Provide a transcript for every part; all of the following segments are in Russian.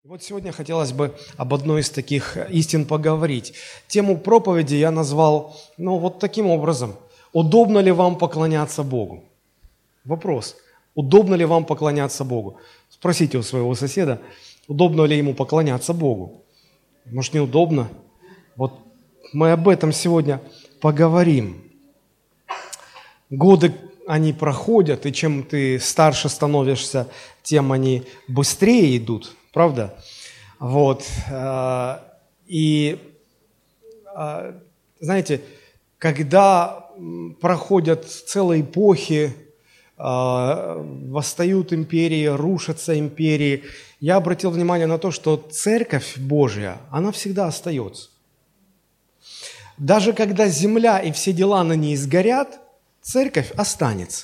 Вот сегодня хотелось бы об одной из таких истин поговорить. Тему проповеди я назвал, вот таким образом. Удобно ли вам поклоняться Богу? Вопрос. Удобно ли вам поклоняться Богу? Спросите у своего соседа, удобно ли ему поклоняться Богу. Может, неудобно? Вот мы об этом сегодня поговорим. Годы, они проходят, и чем ты старше становишься, тем они быстрее идут. Правда? Знаете, когда проходят целые эпохи, восстают империи, рушатся империи, я обратил внимание на то, что Церковь Божья, она всегда остается. Даже когда земля и все дела на ней сгорят, Церковь останется.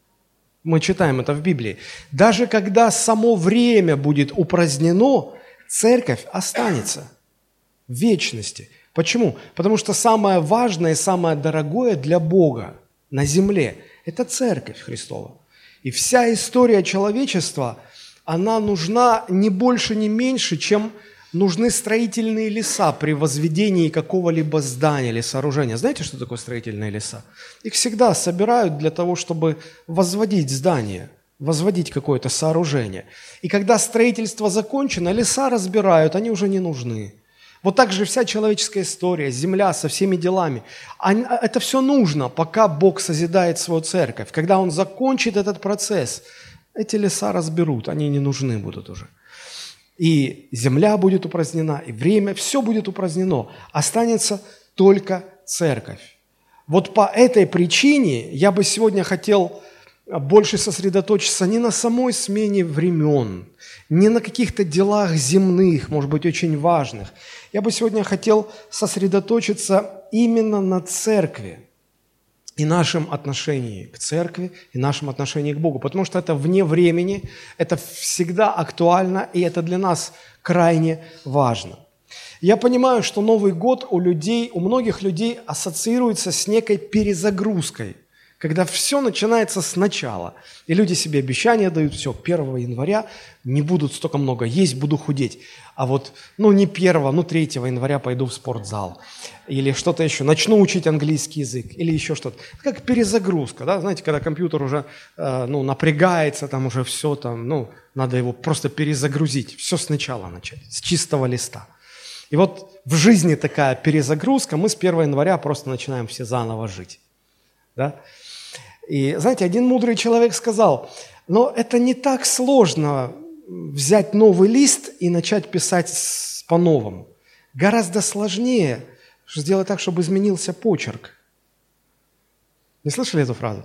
Мы читаем это в Библии. Даже когда само время будет упразднено, Церковь останется в вечности. Почему? Потому что самое важное и самое дорогое для Бога на земле – это Церковь Христова. И вся история человечества, она нужна не больше, не меньше, чем нужны строительные леса при возведении какого-либо здания или сооружения. Знаете, что такое строительные леса? Их всегда собирают для того, чтобы возводить здание, возводить какое-то сооружение. И когда строительство закончено, леса разбирают, они уже не нужны. Вот так же вся человеческая история, земля со всеми делами. Это все нужно, пока Бог созидает свою церковь. Когда Он закончит этот процесс, эти леса разберут, они не нужны будут уже. И земля будет упразднена, и время, все будет упразднено. Останется только церковь. Вот по этой причине я бы сегодня хотел больше сосредоточиться не на самой смене времен, не на каких-то делах земных, может быть, очень важных. Я бы сегодня хотел сосредоточиться именно на церкви и нашем отношении к церкви, и нашем отношении к Богу. Потому что это вне времени, это всегда актуально, и это для нас крайне важно. Я понимаю, что Новый год у многих людей ассоциируется с некой перезагрузкой, когда все начинается сначала, и люди себе обещания дают, все, 1 января не будут столько много есть, буду худеть. А вот, не 1, 3 января пойду в спортзал. Или что-то еще, начну учить английский язык, или еще что-то. Как перезагрузка, да, знаете, когда компьютер уже, напрягается, там уже все, надо его просто перезагрузить, все сначала начать, с чистого листа. И вот в жизни такая перезагрузка, мы с 1 января просто начинаем все заново жить, да. И, знаете, один мудрый человек сказал, но это не так сложно взять новый лист и начать писать по-новому. Гораздо сложнее сделать так, чтобы изменился почерк. Не слышали эту фразу?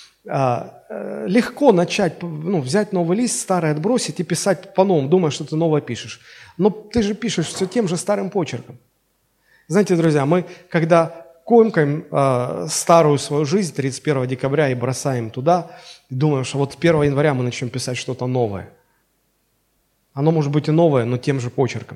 Легко начать, взять новый лист, старый отбросить и писать по-новому, думая, что ты новое пишешь. Но ты же пишешь все тем же старым почерком. Знаете, друзья, мы, когда комкаем старую свою жизнь 31 декабря и бросаем туда, и думаем, что вот 1 января мы начнем писать что-то новое. Оно может быть и новое, но тем же почерком.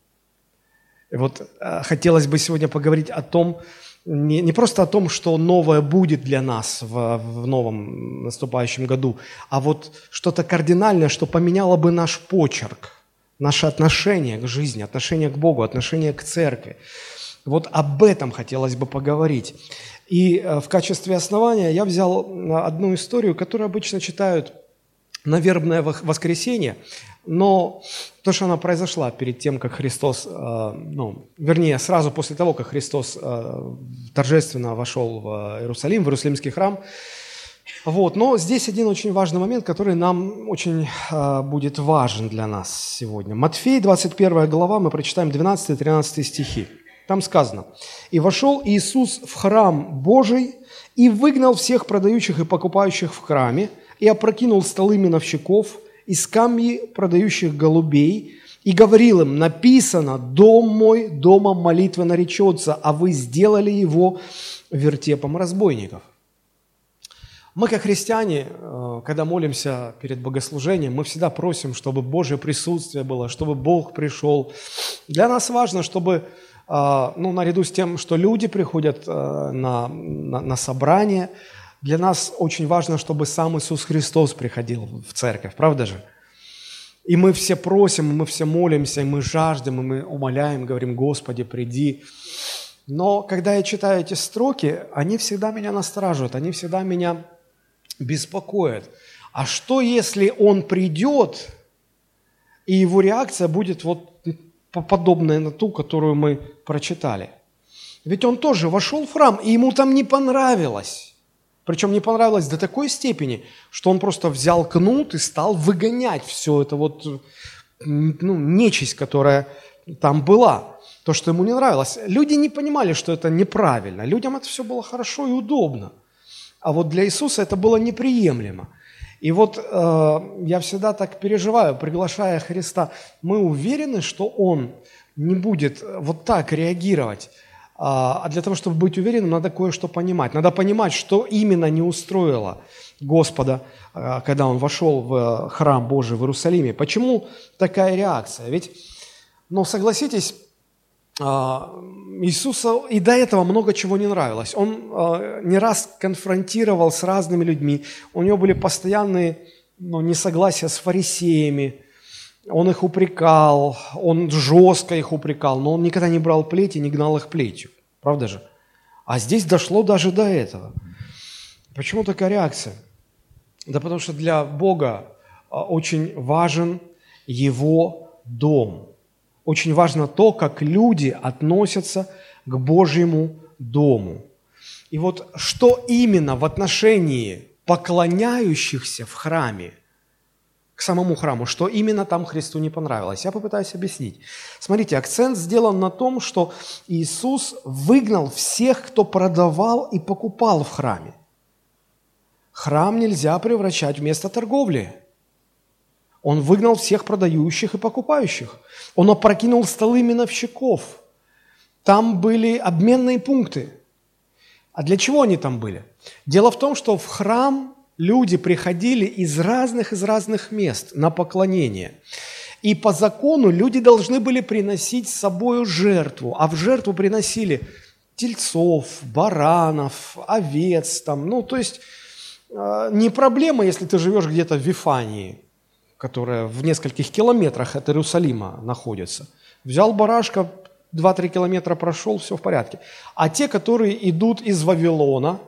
И вот хотелось бы сегодня поговорить о том, не просто о том, что новое будет для нас в новом наступающем году, а вот что-то кардинальное, что поменяло бы наш почерк, наше отношение к жизни, отношение к Богу, отношение к церкви. Вот об этом хотелось бы поговорить. И в качестве основания я взял одну историю, которую обычно читают на вербное воскресенье, но то, что она произошла перед тем, как Христос, сразу после того, как Христос торжественно вошел в Иерусалим, в Иерусалимский храм. Но здесь один очень важный момент, который нам очень будет важен для нас сегодня. Матфей, 21 глава, мы прочитаем 12-13 стихи. Там сказано: «И вошел Иисус в храм Божий, и выгнал всех продающих и покупающих в храме, и опрокинул столы миновщиков, и скамьи продающих голубей, и говорил им: написано, дом мой домом молитвы наречется, а вы сделали его вертепом разбойников». Мы, как христиане, когда молимся перед богослужением, мы всегда просим, чтобы Божье присутствие было, чтобы Бог пришел. Для нас важно, чтобы наряду с тем, что люди приходят на собрание, для нас очень важно, чтобы сам Иисус Христос приходил в церковь, правда же? И мы все просим, и мы все молимся, и мы жаждем, и мы умоляем, говорим: Господи, приди. Но когда я читаю эти строки, они всегда меня настораживают, они всегда меня беспокоят. А что, если Он придет, и Его реакция будет вот подобная на ту, которую мы прочитали? Ведь Он тоже вошел в храм, и Ему там не понравилось. Причем не понравилось до такой степени, что Он просто взял кнут и стал выгонять все это вот, нечисть, которая там была. То, что Ему не нравилось. Люди не понимали, что это неправильно. Людям это все было хорошо и удобно. А вот для Иисуса это было неприемлемо. И вот я всегда так переживаю, приглашая Христа. Мы уверены, что Он не будет вот так реагировать. А для того, чтобы быть уверенным, надо кое-что понимать. Надо понимать, что именно не устроило Господа, когда Он вошел в храм Божий в Иерусалиме. Почему такая реакция? Ведь, согласитесь, Иисусу и до этого много чего не нравилось. Он не раз конфронтировал с разными людьми. У него были постоянные несогласия с фарисеями. Он их упрекал, он жестко их упрекал, но он никогда не брал плеть и не гнал их плетью. Правда же? А здесь дошло даже до этого. Почему такая реакция? Да потому что для Бога очень важен Его дом. Очень важно то, как люди относятся к Божьему дому. И вот что именно в отношении поклоняющихся в храме, к самому храму, что именно там Христу не понравилось. Я попытаюсь объяснить. Смотрите, акцент сделан на том, что Иисус выгнал всех, кто продавал и покупал в храме. Храм нельзя превращать в место торговли. Он выгнал всех продающих и покупающих. Он опрокинул столы миновщиков. Там были обменные пункты. А для чего они там были? Дело в том, что в храм люди приходили из разных мест на поклонение. И по закону люди должны были приносить с собой жертву. А в жертву приносили тельцов, баранов, овец. То есть не проблема, если ты живешь где-то в Вифании, которая в нескольких километрах от Иерусалима находится. Взял барашка, 2-3 километра прошел, все в порядке. А те, которые идут из Вавилона,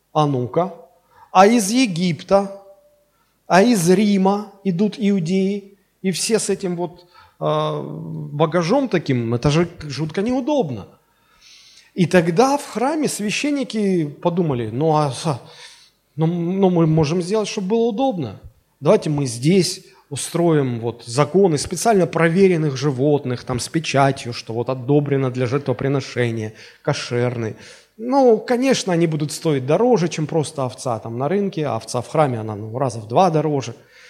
а из Египта, а из Рима идут иудеи, и все с этим багажом таким, это же жутко неудобно. И тогда в храме священники подумали: мы можем сделать, чтобы было удобно. Давайте мы здесь устроим законы специально проверенных животных, с печатью, что одобрено для жертвоприношения, кошерный. Конечно, они будут стоить дороже, чем просто овца на рынке, а овца в храме, она раза в 2 дороже.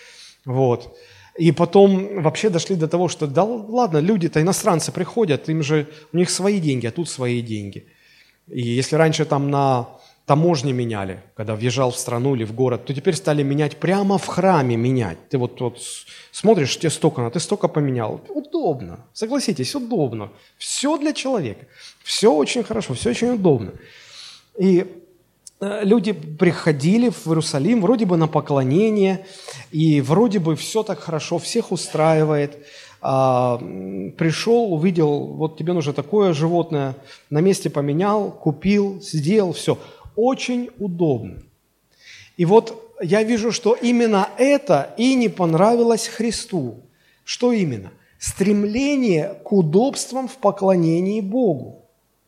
И потом вообще дошли до того, что да ладно, люди-то, иностранцы приходят, у них свои деньги, а тут свои деньги. И если раньше на таможне меняли, когда въезжал в страну или в город, то теперь стали менять прямо в храме менять. Ты смотришь, тебе столько, ты столько поменял. Удобно, согласитесь, удобно. Все для человека. Все очень хорошо, все очень удобно. И люди приходили в Иерусалим вроде бы на поклонение, и вроде бы все так хорошо, всех устраивает. Пришел, увидел, тебе нужно такое животное, на месте поменял, купил, сделал, все. Очень удобно. И я вижу, что именно это и не понравилось Христу. Что именно? Стремление к удобствам в поклонении Богу.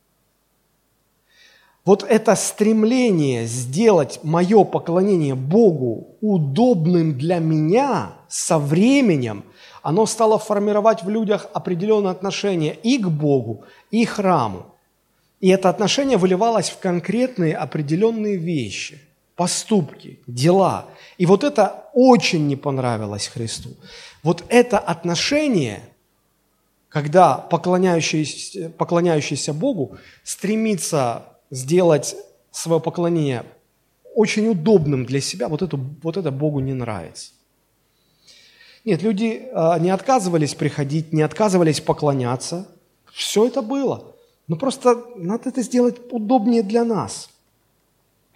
Это стремление сделать мое поклонение Богу удобным для меня со временем, оно стало формировать в людях определенное отношение и к Богу, и к храму. И это отношение выливалось в конкретные определенные вещи, поступки, дела. И это очень не понравилось Христу. Это отношение, когда поклоняющийся Богу стремится сделать свое поклонение очень удобным для себя, это Богу не нравится. Нет, люди не отказывались приходить, не отказывались поклоняться. Все это было. Но просто надо это сделать удобнее для нас.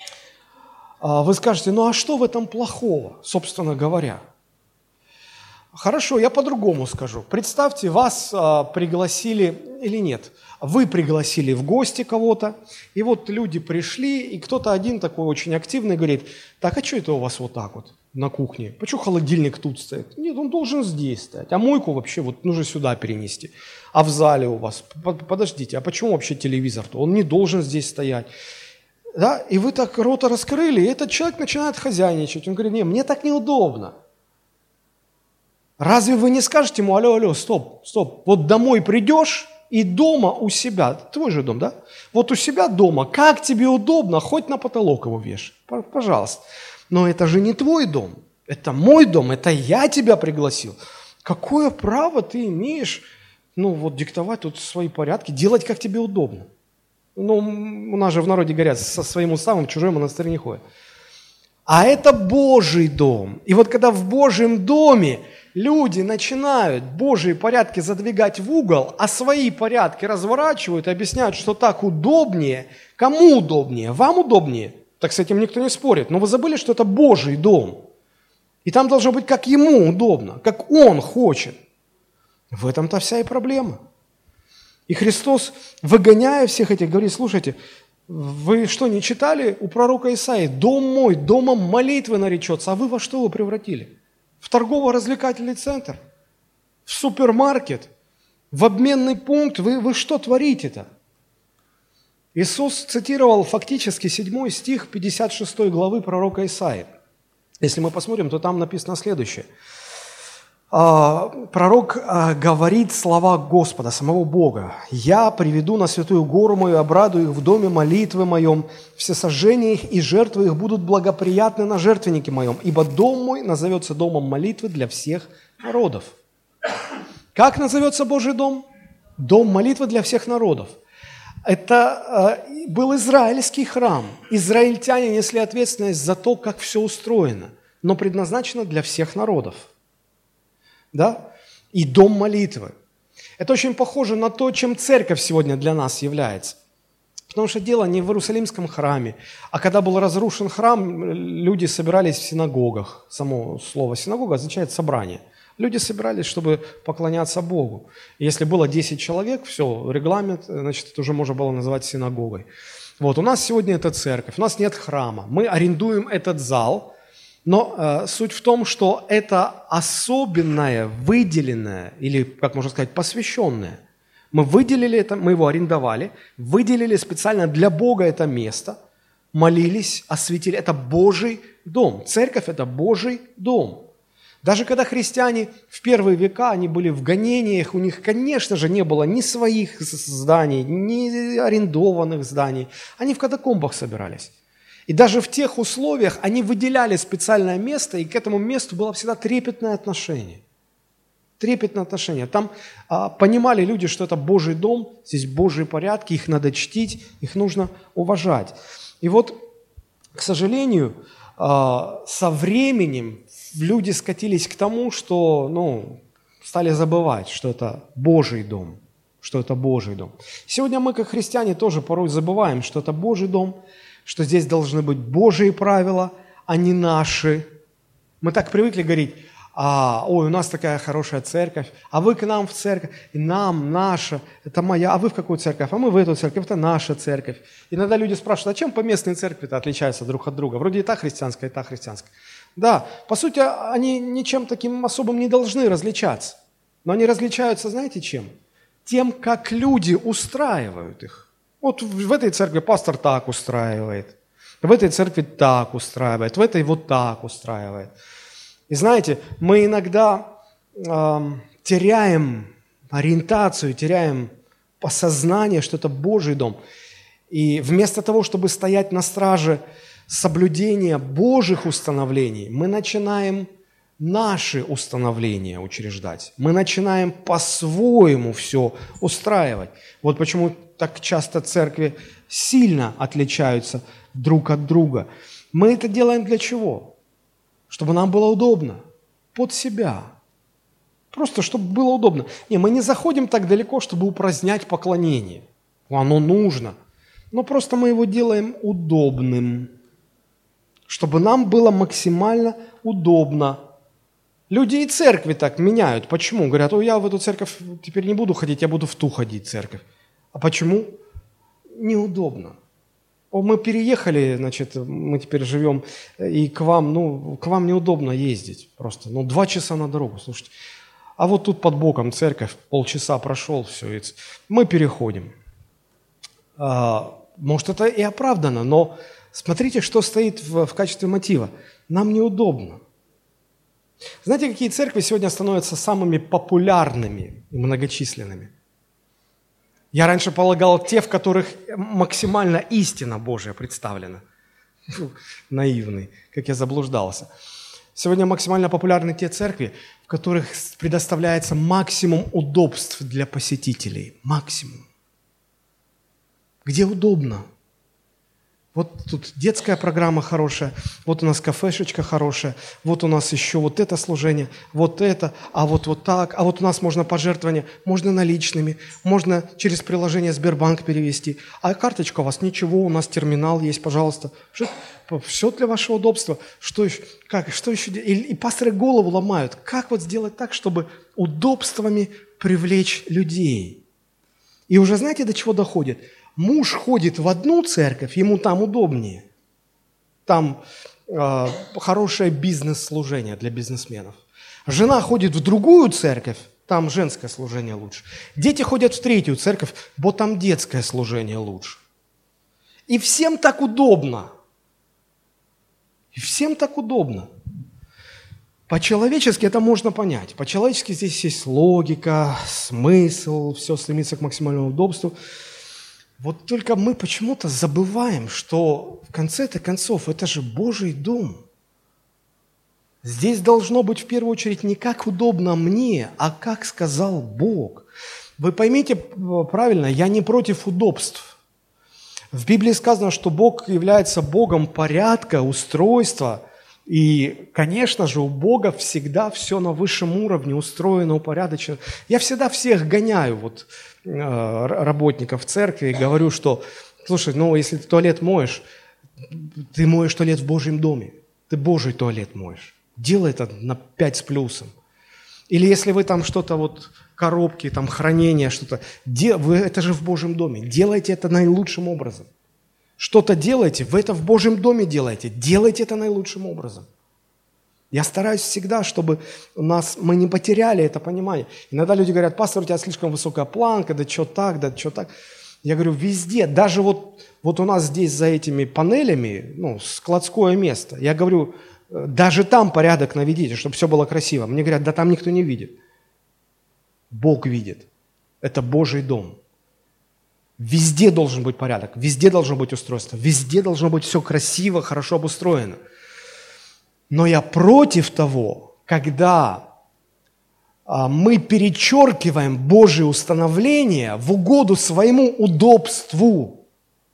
Вы скажете: а что в этом плохого, собственно говоря? Хорошо, я по-другому скажу. Представьте, вас пригласили или нет. Вы пригласили в гости кого-то, и вот люди пришли, и кто-то один такой очень активный говорит: так, а что это у вас вот так вот на кухне? Почему холодильник тут стоит? Нет, он должен здесь стоять, а мойку вообще вот нужно сюда перенести. А в зале у вас, подождите, а почему вообще телевизор-то? Он не должен здесь стоять. Да? И вы так рот раскрыли, и этот человек начинает хозяйничать. Он говорит: не, мне так неудобно. Разве вы не скажете ему: алло, стоп, вот домой придешь, и дома у себя, твой же дом, да? Вот у себя дома, как тебе удобно, хоть на потолок его вешай, пожалуйста. Но это же не твой дом, это мой дом, это я тебя пригласил. Какое право ты имеешь, диктовать тут свои порядки, делать, как тебе удобно? У нас же в народе говорят: со своим уставом в чужой монастырь не ходит. А это Божий дом. И вот когда в Божьем доме люди начинают Божьи порядки задвигать в угол, а свои порядки разворачивают и объясняют, что так удобнее. Кому удобнее? Вам удобнее? Так с этим никто не спорит. Но вы забыли, что это Божий дом. И там должно быть, как ему удобно, как он хочет. В этом-то вся и проблема. И Христос, выгоняя всех этих, говорит: слушайте, вы что, не читали у пророка Исаии: «Дом мой, домом молитвы наречется», а вы во что его превратили? В торгово-развлекательный центр, в супермаркет, в обменный пункт. Вы что творите-то? Иисус цитировал фактически 7 стих 56 главы пророка Исаии. Если мы посмотрим, то там написано следующее. Пророк говорит слова Господа, самого Бога: «Я приведу на святую гору мою, обрадую их в доме молитвы моем, всесожжения их и жертвы их будут благоприятны на жертвеннике моем, ибо дом мой назовется домом молитвы для всех народов». Как назовется Божий дом? Дом молитвы для всех народов. Это был израильский храм. Израильтяне несли ответственность за то, как все устроено, но предназначено для всех народов. Да? И дом молитвы. Это очень похоже на то, чем церковь сегодня для нас является. Потому что дело не в Иерусалимском храме, а когда был разрушен храм, люди собирались в синагогах. Само слово «синагога» означает «собрание». Люди собирались, чтобы поклоняться Богу. И если было 10 человек, все, регламент, значит, это уже можно было называть синагогой. Вот, у нас сегодня это церковь, у нас нет храма. Мы арендуем этот зал. Но суть в том, что это особенное, выделенное, или, как можно сказать, посвященное. Мы выделили это, мы его арендовали, выделили специально для Бога это место, молились, осветили. Это Божий дом. Церковь – это Божий дом. Даже когда христиане в первые века, они были в гонениях, у них, конечно же, не было ни своих зданий, ни арендованных зданий. Они в катакомбах собирались. И даже в тех условиях они выделяли специальное место, и к этому месту было всегда трепетное отношение. Трепетное отношение. Там понимали люди, что это Божий дом, здесь Божьи порядки, их надо чтить, их нужно уважать. И вот, к сожалению, со временем люди скатились к тому, что стали забывать, что это Божий дом, что это Божий дом. Сегодня мы, как христиане, тоже порой забываем, что это Божий дом, что здесь должны быть Божьи правила, а не наши. Мы так привыкли говорить: ой, у нас такая хорошая церковь, а вы к нам в церковь, и нам, наша, это моя, а вы в какую церковь? А мы в эту церковь, это наша церковь. Иногда люди спрашивают: а чем поместные церкви-то отличаются друг от друга? Вроде и та христианская, и та христианская. Да, по сути, они ничем таким особым не должны различаться. Но они различаются, знаете, чем? Тем, как люди устраивают их. Вот в этой церкви пастор так устраивает, в этой церкви так устраивает, в этой вот так устраивает. И знаете, мы иногда теряем ориентацию, теряем осознание, что это Божий дом. И вместо того, чтобы стоять на страже соблюдения Божьих установлений, мы начинаем наши установления учреждать. Мы начинаем по-своему все устраивать. Вот почему так часто церкви сильно отличаются друг от друга. Мы это делаем для чего? Чтобы нам было удобно. Под себя. Просто чтобы было удобно. Не, мы не заходим так далеко, чтобы упразднять поклонение. Оно нужно. Но просто мы его делаем удобным. Чтобы нам было максимально удобно. Люди и церкви так меняют. Почему? Говорят, я в эту церковь теперь не буду ходить, я буду в ту ходить церковь. А почему? Неудобно. Мы переехали, значит, мы теперь живем, и к вам неудобно ездить просто. 2 часа на дорогу, слушайте. А вот тут под боком церковь, полчаса прошел, все, и мы переходим. Может, это и оправдано, но смотрите, что стоит в качестве мотива. Нам неудобно. Знаете, какие церкви сегодня становятся самыми популярными и многочисленными? Я раньше полагал, те, в которых максимально истина Божья представлена. Наивный, как я заблуждался. Сегодня максимально популярны те церкви, в которых предоставляется максимум удобств для посетителей. Максимум. Где удобно. Вот тут детская программа хорошая, вот у нас кафешечка хорошая, вот у нас еще вот это служение, вот это, а вот так, а вот у нас можно пожертвования, можно наличными, можно через приложение Сбербанк перевести, а карточка у вас ничего, у нас терминал есть, пожалуйста. Все для вашего удобства. Что еще? И пасторы голову ломают. Как вот сделать так, чтобы удобствами привлечь людей? И уже знаете, до чего доходит? Муж ходит в одну церковь, ему там удобнее. Там хорошее бизнес-служение для бизнесменов. Жена ходит в другую церковь, там женское служение лучше. Дети ходят в третью церковь, бо там детское служение лучше. И всем так удобно. По-человечески это можно понять. По-человечески здесь есть логика, смысл, все стремится к максимальному удобству. Вот только мы почему-то забываем, что в конце-то концов это же Божий дом. Здесь должно быть в первую очередь не как удобно мне, а как сказал Бог. Вы поймите правильно, я не против удобств. В Библии сказано, что Бог является Богом порядка, устройства. И, конечно же, у Бога всегда все на высшем уровне устроено, упорядочено. Я всегда всех гоняю, работников церкви, и говорю, что, слушай, если ты туалет моешь, ты моешь туалет в Божьем доме. Ты Божий туалет моешь. Делай это на 5 с плюсом. Или если вы там что-то, коробки, там хранение, что-то, это же в Божьем доме. Делайте это наилучшим образом. Что-то делаете, вы это в Божьем доме делаете. Делайте это наилучшим образом. Я стараюсь всегда, чтобы мы не потеряли это понимание. Иногда люди говорят, пастор, у тебя слишком высокая планка, да что так. Я говорю, везде, даже вот у нас здесь за этими панелями, складское место. Я говорю, даже там порядок наведите, чтобы все было красиво. Мне говорят, да там никто не видит. Бог видит. Это Божий дом. Везде должен быть порядок, везде должно быть устройство, везде должно быть все красиво, хорошо обустроено. Но я против того, когда мы перечеркиваем Божие установление в угоду своему удобству.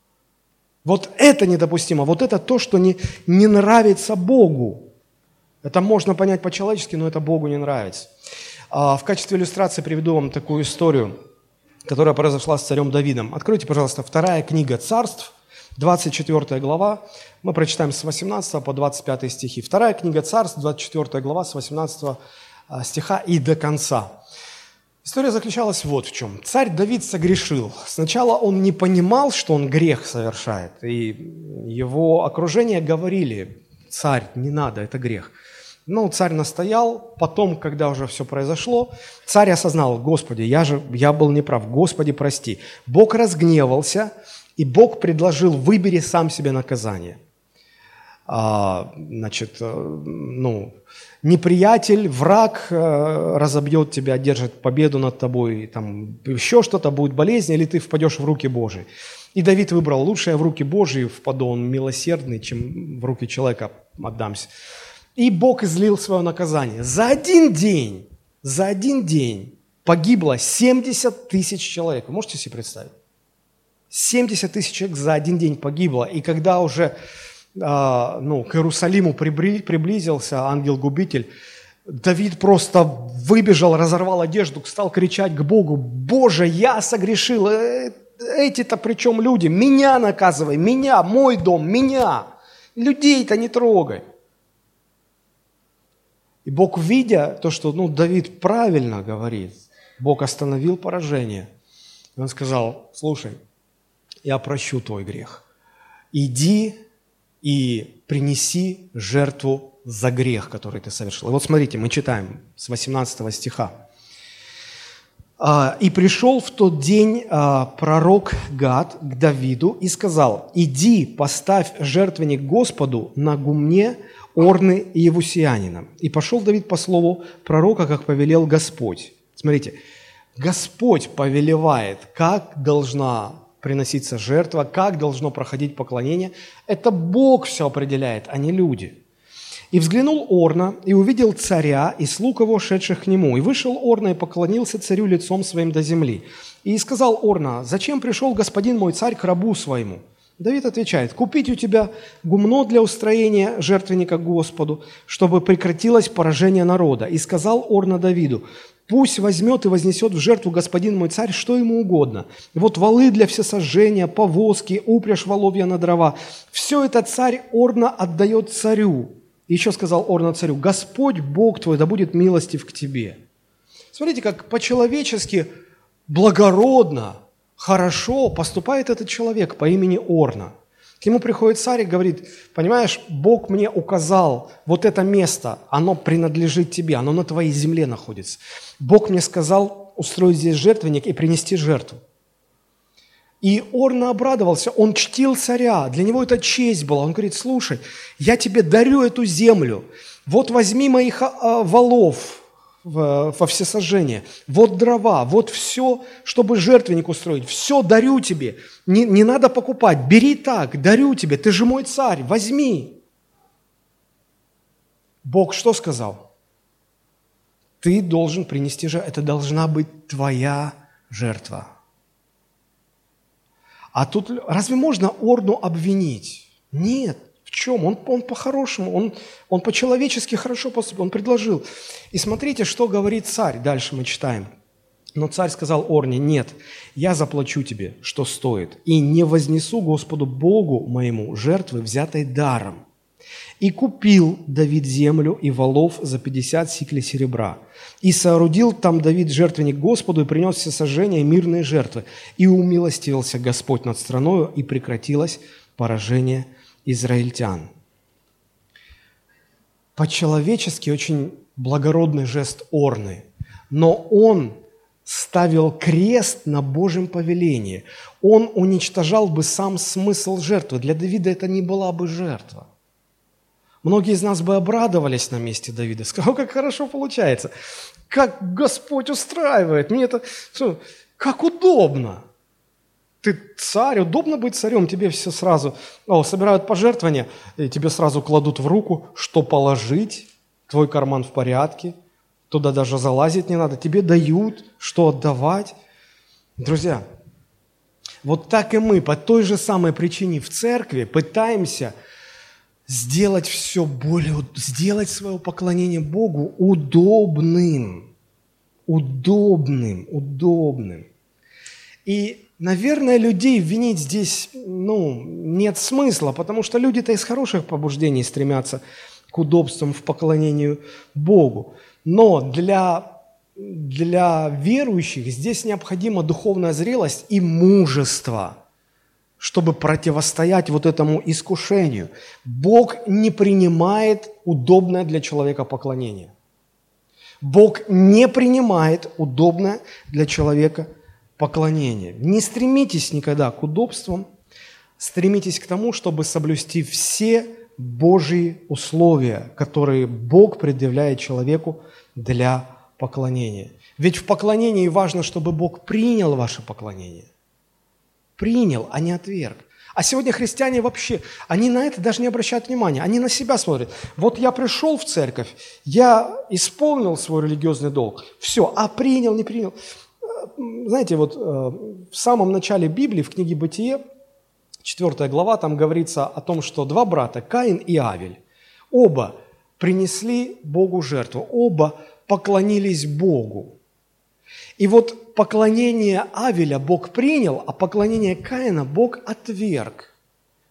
Вот это недопустимо, вот это то, что не нравится Богу. Это можно понять по-человечески, но это Богу не нравится. В качестве иллюстрации приведу вам такую историю, которая произошла с царем Давидом. Откройте, пожалуйста, 2 книга Царств, 24 глава. Мы прочитаем с 18 по 25 стихи. 2 книга Царств, 24 глава, с 18 стиха и до конца. История заключалась вот в чем. Царь Давид согрешил. Сначала он не понимал, что он грех совершает. И его окружение говорили, царь, не надо, это грех. Но царь настоял, потом, когда уже все произошло, царь осознал, Господи, я был неправ, Господи, прости. Бог разгневался, и Бог предложил, выбери сам себе наказание. Неприятель, враг разобьет тебя, одержит победу над тобой, там еще что-то, будет болезнь, или ты впадешь в руки Божии. И Давид выбрал, лучше я в руки Божии впаду, он милосердный, чем в руки человека отдамся. И Бог излил свое наказание. За один день погибло 70 тысяч человек. Вы можете себе представить? 70 тысяч человек за один день погибло. И когда уже к Иерусалиму приблизился ангел-губитель, Давид просто выбежал, разорвал одежду, стал кричать к Богу, «Боже, я согрешил! Эти-то причем люди? Меня наказывай! Меня! Мой дом! Меня! Людей-то не трогай!» И Бог, видя то, что Давид правильно говорит, Бог остановил поражение. И он сказал: слушай, я прощу твой грех. Иди и принеси жертву за грех, который ты совершил. И вот смотрите, мы читаем с 18 стиха. «И пришел в тот день пророк Гад к Давиду и сказал: иди, поставь жертвенник Господу на гумне Орны и Иевусеянина. И пошел Давид по слову пророка, как повелел Господь». Смотрите, Господь повелевает, как должна приноситься жертва, как должно проходить поклонение. Это Бог все определяет, а не люди. «И взглянул Орна, и увидел царя, и слуг его, шедших к нему. И вышел Орна, и поклонился царю лицом своим до земли. И сказал Орна: зачем пришел господин мой царь к рабу своему?» Давид отвечает: купить у тебя гумно для устроения жертвенника Господу, чтобы прекратилось поражение народа. И сказал Орна Давиду: пусть возьмет и вознесет в жертву господин мой царь, что ему угодно. Вот валы для всесожжения, повозки, упряжь воловья на дрова. Все это царь Орна отдает царю. И еще сказал Орна царю: Господь Бог твой да будет милостив к тебе. Смотрите, как по-человечески благородно, хорошо поступает этот человек по имени Орна. К нему приходит царь и говорит: понимаешь, Бог мне указал вот это место, оно принадлежит тебе, оно на твоей земле находится. Бог мне сказал устроить здесь жертвенник и принести жертву. И Орна обрадовался, он чтил царя, для него это честь была. Он говорит: слушай, я тебе дарю эту землю, вот возьми моих валов во всесожжение, вот дрова, вот все, чтобы жертвенник устроить, все дарю тебе, не надо покупать, бери так, дарю тебе, ты же мой царь, возьми. Бог что сказал? Ты должен принести жертву, это должна быть твоя жертва. А тут разве можно Орну обвинить? Нет. В чем? Он по-хорошему, он по-человечески хорошо поступил, он предложил. И смотрите, что говорит царь. Дальше мы читаем. Но царь сказал Орне: нет, я заплачу тебе, что стоит, и не вознесу Господу Богу моему жертвы, взятой даром. И купил Давид землю и валов за 50 сиклей серебра. И соорудил там Давид жертвенник Господу и принес всесожжения и мирные жертвы. И умилостивился Господь над страною, и прекратилось поражение израильтян. По-человечески очень благородный жест Орны, но он ставил крест на Божьем повелении. Он уничтожал бы сам смысл жертвы. Для Давида это не была бы жертва. Многие из нас бы обрадовались на месте Давида, сказали: как хорошо получается, как Господь устраивает, мне это, как удобно. Ты царь, удобно быть царем, тебе все сразу, собирают пожертвования, и тебе сразу кладут в руку, что положить, твой карман в порядке, туда даже залазить не надо, тебе дают, что отдавать. Друзья, вот так и мы по той же самой причине в церкви пытаемся сделать все более, сделать свое поклонение Богу удобным. И, наверное, людей винить здесь, нет смысла, потому что люди-то из хороших побуждений стремятся к удобствам в поклонении Богу. Но для верующих здесь необходима духовная зрелость и мужество, чтобы противостоять вот этому искушению. Бог не принимает удобное для человека поклонение. Бог не принимает удобное для человека поклонение. Не стремитесь никогда к удобствам, стремитесь к тому, чтобы соблюсти все Божьи условия, которые Бог предъявляет человеку для поклонения. Ведь в поклонении важно, чтобы Бог принял ваше поклонение. Принял, а не отверг. А сегодня христиане вообще, они на это даже не обращают внимания, они на себя смотрят. Вот я пришел в церковь, я исполнил свой религиозный долг, все, а принял, не принял. Знаете, вот в самом начале Библии, в книге «Бытие», 4 глава, там говорится о том, что два брата, Каин и Авель, оба принесли Богу жертву, оба поклонились Богу. И вот поклонение Авеля Бог принял, а поклонение Каина Бог отверг.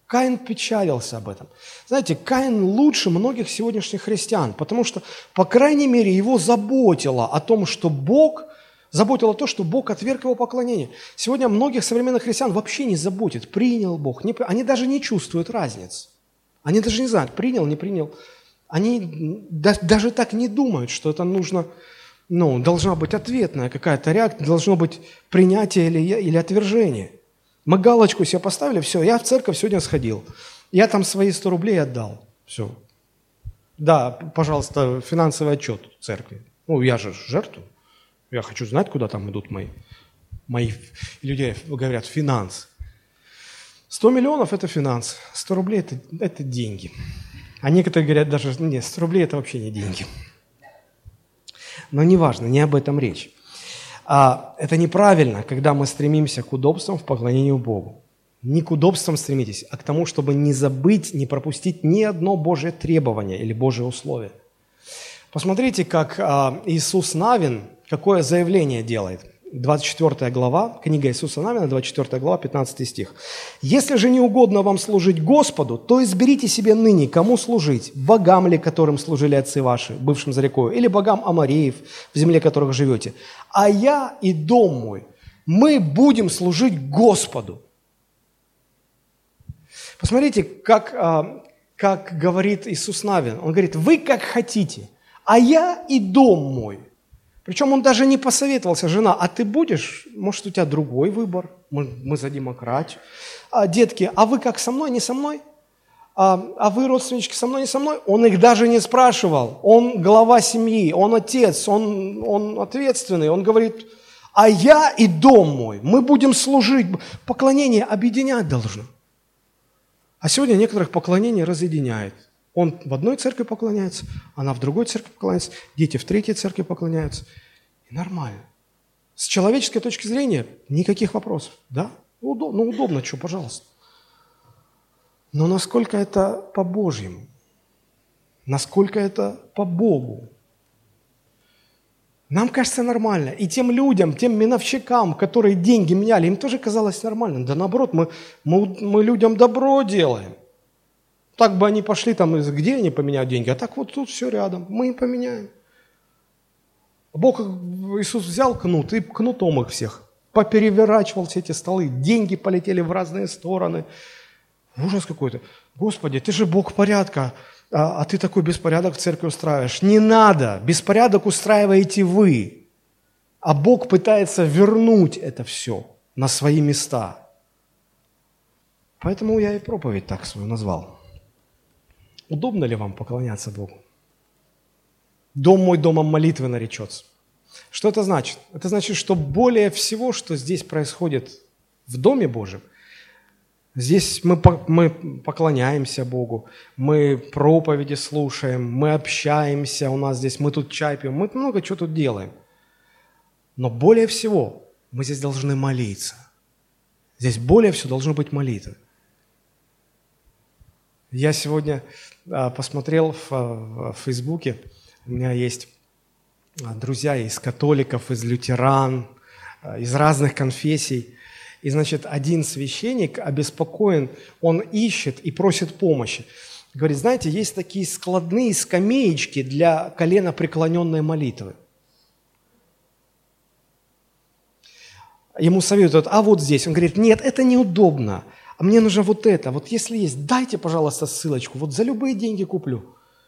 Каин печалился об этом. Знаете, Каин лучше многих сегодняшних христиан, потому что, по крайней мере, его заботило то, что Бог отверг его поклонение. Сегодня многих современных христиан вообще не заботит, принял Бог, они даже не чувствуют разницы. Они даже не знают, принял, не принял. Они даже так не думают, что это нужно, должна быть ответная какая-то реакция, должно быть принятие или отвержение. Мы галочку себе поставили, все, я в церковь сегодня сходил, я там свои 100 рублей отдал, все. Да, пожалуйста, финансовый отчет церкви. Я же жертвую, я хочу знать, куда там идут мои люди говорят, финансы. 100 миллионов – это финансы, 100 рублей – это деньги. А некоторые говорят даже, нет, 100 рублей – это вообще не деньги. Но неважно, не об этом речь. Это неправильно, когда мы стремимся к удобствам в поклонении Богу. Не к удобствам стремитесь, а к тому, чтобы не забыть, не пропустить ни одно Божье требование или Божье условие. Посмотрите, как Иисус Навин, какое заявление делает. 24 глава, книга Иисуса Навина, 24 глава, 15 стих. «Если же не угодно вам служить Господу, то изберите себе ныне, кому служить, богам ли, которым служили отцы ваши, бывшим за рекою, или богам амореев, в земле которых живете. А я и дом мой, мы будем служить Господу». Посмотрите, как говорит Иисус Навин. Он говорит, вы как хотите, а я и дом мой. Причем он даже не посоветовался, жена, а ты будешь, может, у тебя другой выбор, мы за демократию. Детки, а вы как, со мной, не со мной? А вы, родственнички, со мной, не со мной? Он их даже не спрашивал. Он глава семьи, он отец, он ответственный. Он говорит, а я и дом мой, мы будем служить. Поклонение объединять должно. А сегодня некоторых поклонение разъединяет. Он в одной церкви поклоняется, она в другой церкви поклоняется, дети в третьей церкви поклоняются. И нормально. С человеческой точки зрения никаких вопросов. Да? Удобно, что, пожалуйста. Но насколько это по-божьему? Насколько это по Богу? Нам кажется нормально. И тем людям, тем миновщикам, которые деньги меняли, им тоже казалось нормально. Да наоборот, мы людям добро делаем. Так бы они пошли, где они поменяют деньги, а так вот тут все рядом, мы им поменяем. Бог, Иисус взял кнут и кнутом их всех попереворачивал все эти столы, деньги полетели в разные стороны. Ужас какой-то. Господи, ты же Бог порядка, а ты такой беспорядок в церкви устраиваешь. Не надо, беспорядок устраиваете вы, а Бог пытается вернуть это все на свои места. Поэтому я и проповедь так свою назвал. Удобно ли вам поклоняться Богу? Дом мой домом молитвы наречется. Что это значит? Это значит, что более всего, что здесь происходит в Доме Божьем, здесь мы поклоняемся Богу, мы проповеди слушаем, мы общаемся, мы тут чай пьем, мы много чего тут делаем. Но более всего мы здесь должны молиться. Здесь более всего должно быть молитва. Я сегодня посмотрел в Фейсбуке, у меня есть друзья из католиков, из лютеран, из разных конфессий. И, один священник обеспокоен, он ищет и просит помощи. Говорит, знаете, есть такие складные скамеечки для коленопреклоненной молитвы. Ему советуют, вот здесь. Он говорит, нет, это неудобно. А мне нужно вот это. Вот если есть, дайте, пожалуйста, ссылочку. Вот за любые деньги куплю.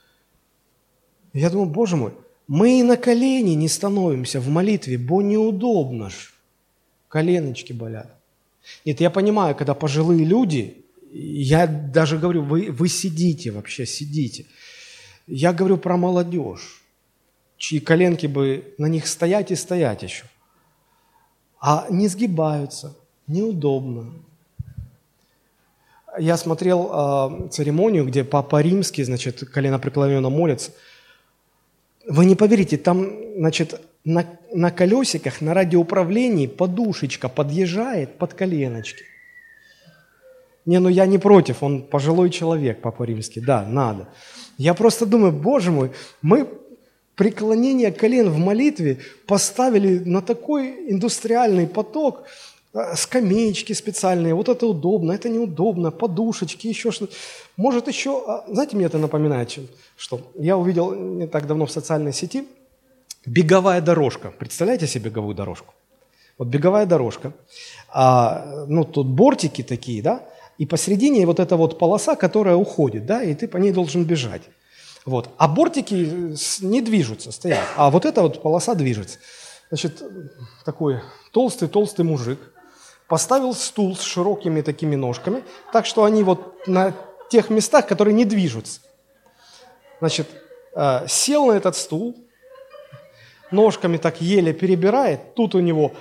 Я думаю, Боже мой, мы и на колени не становимся в молитве, бо неудобно ж. Коленочки болят. Нет, я понимаю, когда пожилые люди, я даже говорю, вы сидите вообще, сидите. Я говорю про молодежь, чьи коленки бы на них стоять и стоять еще. А не сгибаются, неудобно. Я смотрел церемонию, где Папа Римский, коленопреклоненно молится. Вы не поверите, там, на колесиках, на радиоуправлении подушечка подъезжает под коленочки. Я не против, он пожилой человек, Папа Римский, да, надо. Я просто думаю, Боже мой, мы преклонение колен в молитве поставили на такой индустриальный поток, скамеечки специальные, вот это удобно, это неудобно, подушечки, еще что-то. Может еще, знаете, мне это напоминает, что я увидел не так давно в социальной сети беговая дорожка. Представляете себе беговую дорожку? Вот беговая дорожка, тут бортики такие, да, и посередине вот эта вот полоса, которая уходит, да, и ты по ней должен бежать. Вот. А бортики не движутся, стоят, а вот эта вот полоса движется. Значит, такой толстый мужик поставил стул с широкими такими ножками, так что они вот на тех местах, которые не движутся. Значит, сел на этот стул, ножками так еле перебирает, тут у него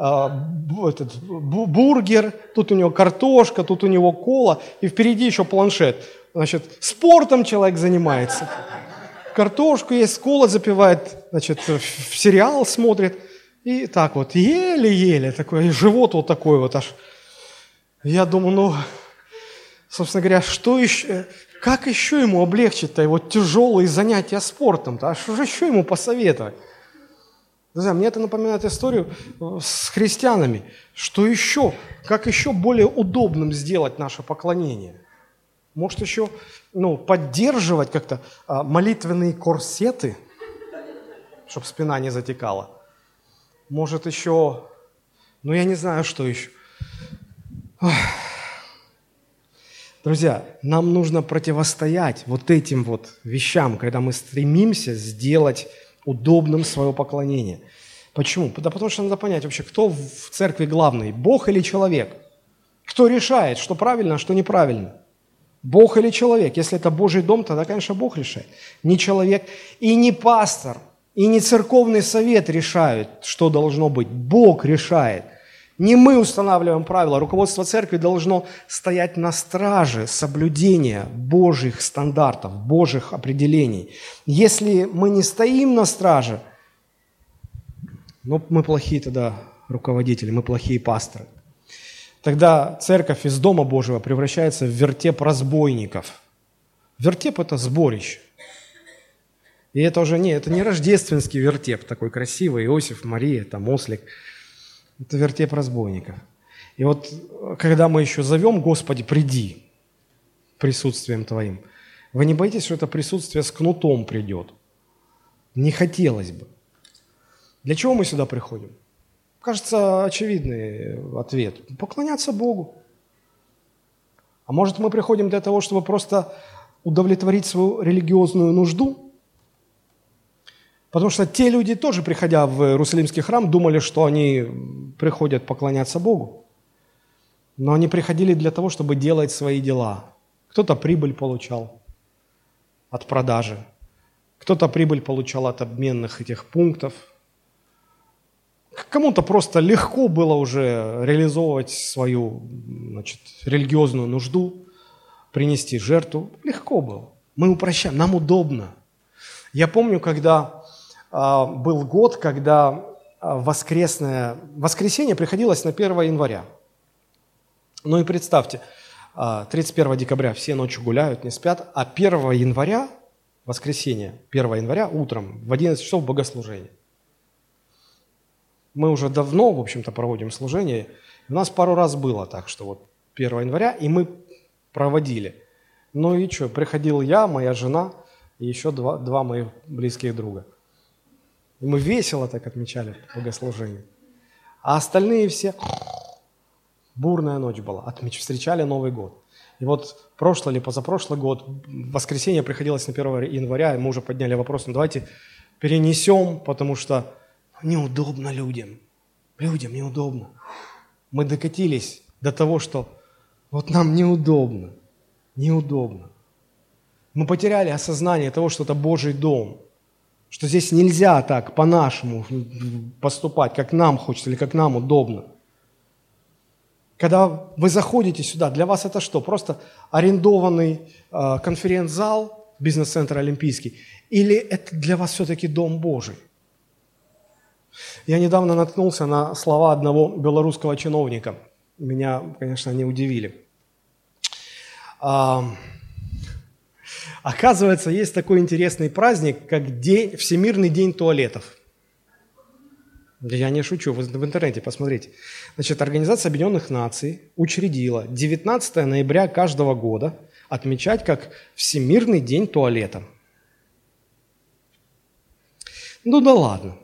бургер, тут у него картошка, тут у него кола, и впереди еще планшет. Значит, спортом человек занимается. Картошку есть, кола запивает, значит, сериал смотрит. И так вот, еле-еле, такой, живот вот такой вот аж. Я думаю, собственно говоря, что еще, как еще ему облегчить-то его тяжелые занятия спортом-то? А что же еще ему посоветовать? Друзья, мне это напоминает историю с христианами. Что еще, как еще более удобным сделать наше поклонение? Может еще, поддерживать как-то молитвенные корсеты, чтобы спина не затекала. Может еще, я не знаю, что еще. Друзья, нам нужно противостоять вот этим вот вещам, когда мы стремимся сделать удобным свое поклонение. Почему? Да потому что надо понять вообще, кто в церкви главный, Бог или человек? Кто решает, что правильно, а что неправильно? Бог или человек? Если это Божий дом, тогда, конечно, Бог решает. Не человек и не пастор, и не церковный совет решают, что должно быть. Бог решает. Не мы устанавливаем правила. Руководство церкви должно стоять на страже соблюдения Божьих стандартов, Божьих определений. Если мы не стоим на страже, мы плохие тогда руководители, мы плохие пасторы. Тогда церковь из Дома Божьего превращается в вертеп разбойников. Вертеп – это сборище. И это уже это не рождественский вертеп, такой красивый, Иосиф, Мария, там ослик. Это вертеп разбойников. И вот когда мы еще зовем: Господи, приди присутствием Твоим, вы не боитесь, что это присутствие с кнутом придет? Не хотелось бы. Для чего мы сюда приходим? Кажется, очевидный ответ. Поклоняться Богу. А может, мы приходим для того, чтобы просто удовлетворить свою религиозную нужду? Потому что те люди тоже, приходя в Иерусалимский храм, думали, что они приходят поклоняться Богу. Но они приходили для того, чтобы делать свои дела. Кто-то прибыль получал от продажи, кто-то прибыль получал от обменных этих пунктов. Кому-то просто легко было уже реализовывать свою, религиозную нужду, принести жертву. Легко было. Мы упрощаем, нам удобно. Я помню, когда был год, когда воскресенье приходилось на 1 января. И представьте, 31 декабря все ночью гуляют, не спят, а 1 января, воскресенье, 1 января утром в 11 часов богослужение. Мы уже давно, в общем-то, проводим служение. У нас пару раз было так, что 1 января, и мы проводили. И что, приходил я, моя жена и еще два моих близких друга. И мы весело так отмечали богослужение. А остальные все... Бурная ночь была. Встречали Новый год. И прошлый или позапрошлый год, в воскресенье приходилось на 1 января, и мы уже подняли вопрос: давайте перенесем, потому что неудобно людям. Людям неудобно. Мы докатились до того, что нам неудобно. Неудобно. Мы потеряли осознание того, что это Божий дом. Что здесь нельзя так по-нашему поступать, как нам хочется или как нам удобно. Когда вы заходите сюда, для вас это что? Просто арендованный конференц-зал, бизнес-центр Олимпийский? Или это для вас все-таки Дом Божий? Я недавно наткнулся на слова одного белорусского чиновника. Меня, конечно, они удивили. Оказывается, есть такой интересный праздник, как Всемирный день туалетов. Да я не шучу, вы в интернете посмотрите. Значит, Организация Объединенных Наций учредила 19 ноября каждого года отмечать как Всемирный день туалета. Ну да ладно.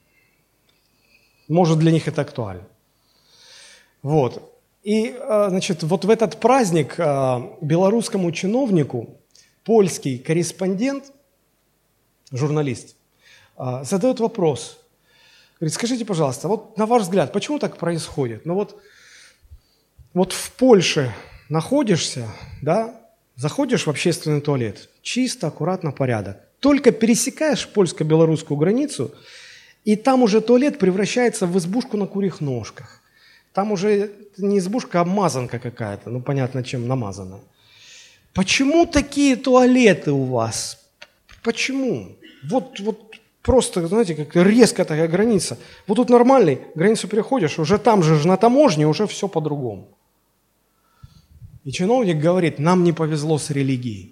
Может, для них это актуально. Вот. И, значит, вот в этот праздник белорусскому чиновнику польский корреспондент, журналист, задает вопрос. Говорит, скажите, пожалуйста, вот на ваш взгляд, почему так происходит? Ну вот в Польше находишься, да, заходишь в общественный туалет, чисто, аккуратно, порядок. Только пересекаешь польско-белорусскую границу, и там уже туалет превращается в избушку на курьих ножках. Там уже не избушка, а мазанка какая-то, ну понятно, чем намазанная. Почему такие туалеты у вас? Почему? Вот просто, знаете, как резко такая граница. Вот тут нормальный, границу переходишь, уже там же на таможне уже все по-другому. И чиновник говорит, нам не повезло с религией.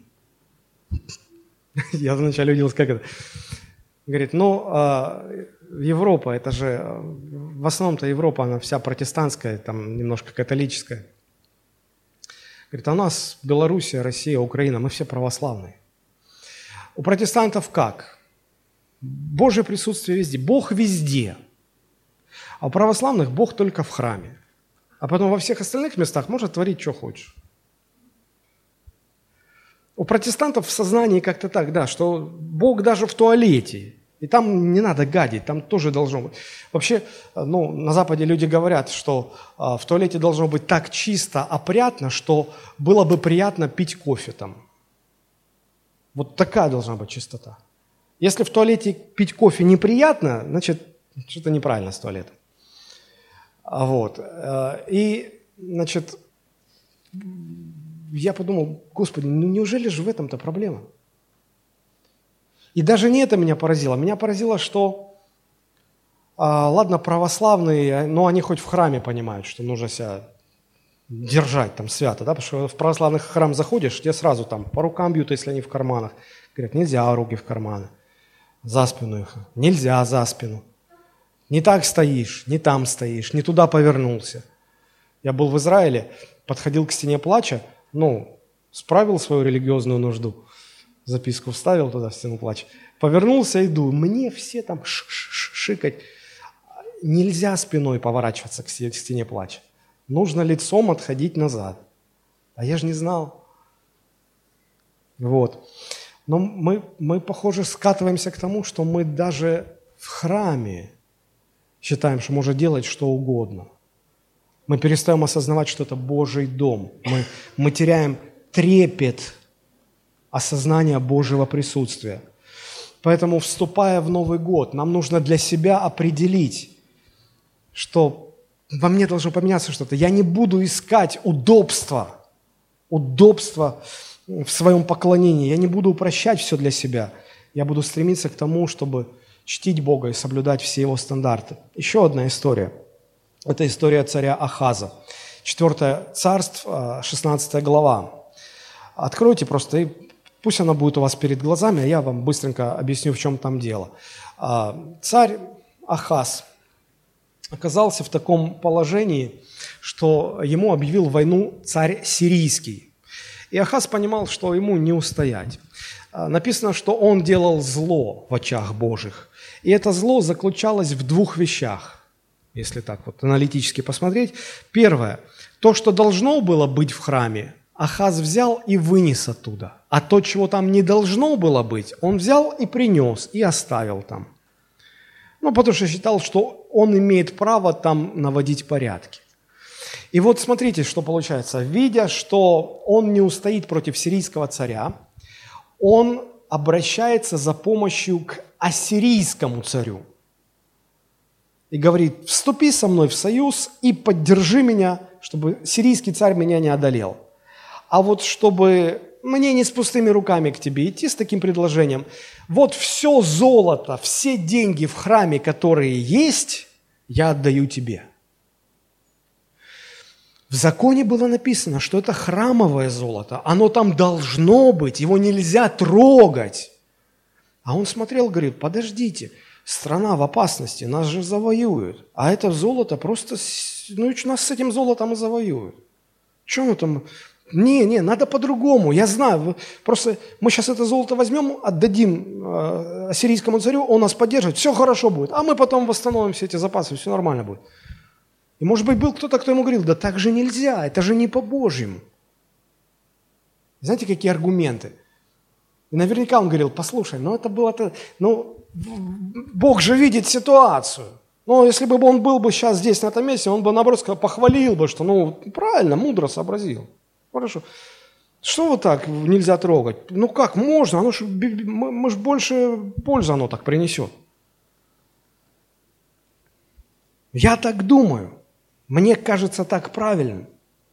Я вначале удивился, как это. Говорит, Европа, это же, в основном-то Европа, она вся протестантская, там немножко католическая. Говорит, а у нас Белоруссия, Россия, Украина, мы все православные. У протестантов как? Божье присутствие везде, Бог везде. А у православных Бог только в храме. А потом во всех остальных местах может творить, что хочешь. У протестантов в сознании как-то так, да, что Бог даже в туалете. И там не надо гадить, там тоже должно быть. Вообще, на Западе люди говорят, что в туалете должно быть так чисто, опрятно, что было бы приятно пить кофе там. Вот такая должна быть чистота. Если в туалете пить кофе неприятно, значит, что-то неправильно с туалетом. Вот. И, значит, я подумал, Господи, неужели же в этом-то проблема? И даже не это меня поразило. Меня поразило, что, ладно, православные, но они хоть в храме понимают, что нужно себя держать там свято, да, потому что в православный храм заходишь, тебе сразу там по рукам бьют, если они в карманах. Говорят, нельзя руки в карманы, за спину их, нельзя за спину. Не так стоишь, не там стоишь, не туда повернулся. Я был в Израиле, подходил к стене плача, справил свою религиозную нужду, записку вставил туда, в стену плача, повернулся, иду, мне все там шикать. Нельзя спиной поворачиваться к стене плача. Нужно лицом отходить назад. А я же не знал. Вот. Но мы, похоже, скатываемся к тому, что мы даже в храме считаем, что можно делать что угодно. Мы перестаем осознавать, что это Божий дом. Мы теряем трепет осознания Божьего присутствия. Поэтому, вступая в Новый год, нам нужно для себя определить, что во мне должно поменяться что-то. Я не буду искать удобства в своем поклонении. Я не буду упрощать все для себя. Я буду стремиться к тому, чтобы чтить Бога и соблюдать все Его стандарты. Еще одна история. Это история царя Ахаза. 4 царство, 16 глава. Откройте просто, и пусть она будет у вас перед глазами, а я вам быстренько объясню, в чем там дело. Царь Ахаз оказался в таком положении, что ему объявил войну царь сирийский. И Ахаз понимал, что ему не устоять. Написано, что он делал зло в очах Божьих. И это зло заключалось в двух вещах, если так вот аналитически посмотреть. Первое. То, что должно было быть в храме, Ахаз взял и вынес оттуда. А то, чего там не должно было быть, он взял и принес, и оставил там. Потому что считал, что он имеет право там наводить порядки. И вот смотрите, что получается. Видя, что он не устоит против сирийского царя, он обращается за помощью к ассирийскому царю. И говорит, вступи со мной в союз и поддержи меня, чтобы сирийский царь меня не одолел. А вот чтобы мне не с пустыми руками к тебе идти с таким предложением, вот все золото, все деньги в храме, которые есть, я отдаю тебе. В законе было написано, что это храмовое золото, оно там должно быть, его нельзя трогать. А он смотрел, говорит, подождите, страна в опасности, нас же завоюют. А это золото просто, нас с этим золотом и завоюют. Что мы там? Не, надо по-другому, я знаю. Просто мы сейчас это золото возьмем, отдадим ассирийскому царю, он нас поддержит, все хорошо будет. А мы потом восстановим все эти запасы, все нормально будет. И может быть был кто-то, кто ему говорил, да так же нельзя, это же не по-божьему. Знаете, какие аргументы? И наверняка он говорил, послушай, Бог же видит ситуацию. Если бы он был бы сейчас здесь, на этом месте, он бы, наоборот, похвалил бы, что, правильно, мудро сообразил. Хорошо. Что вот так нельзя трогать? Как можно? Мы же больше пользы оно так принесет. Я так думаю. Мне кажется так правильным.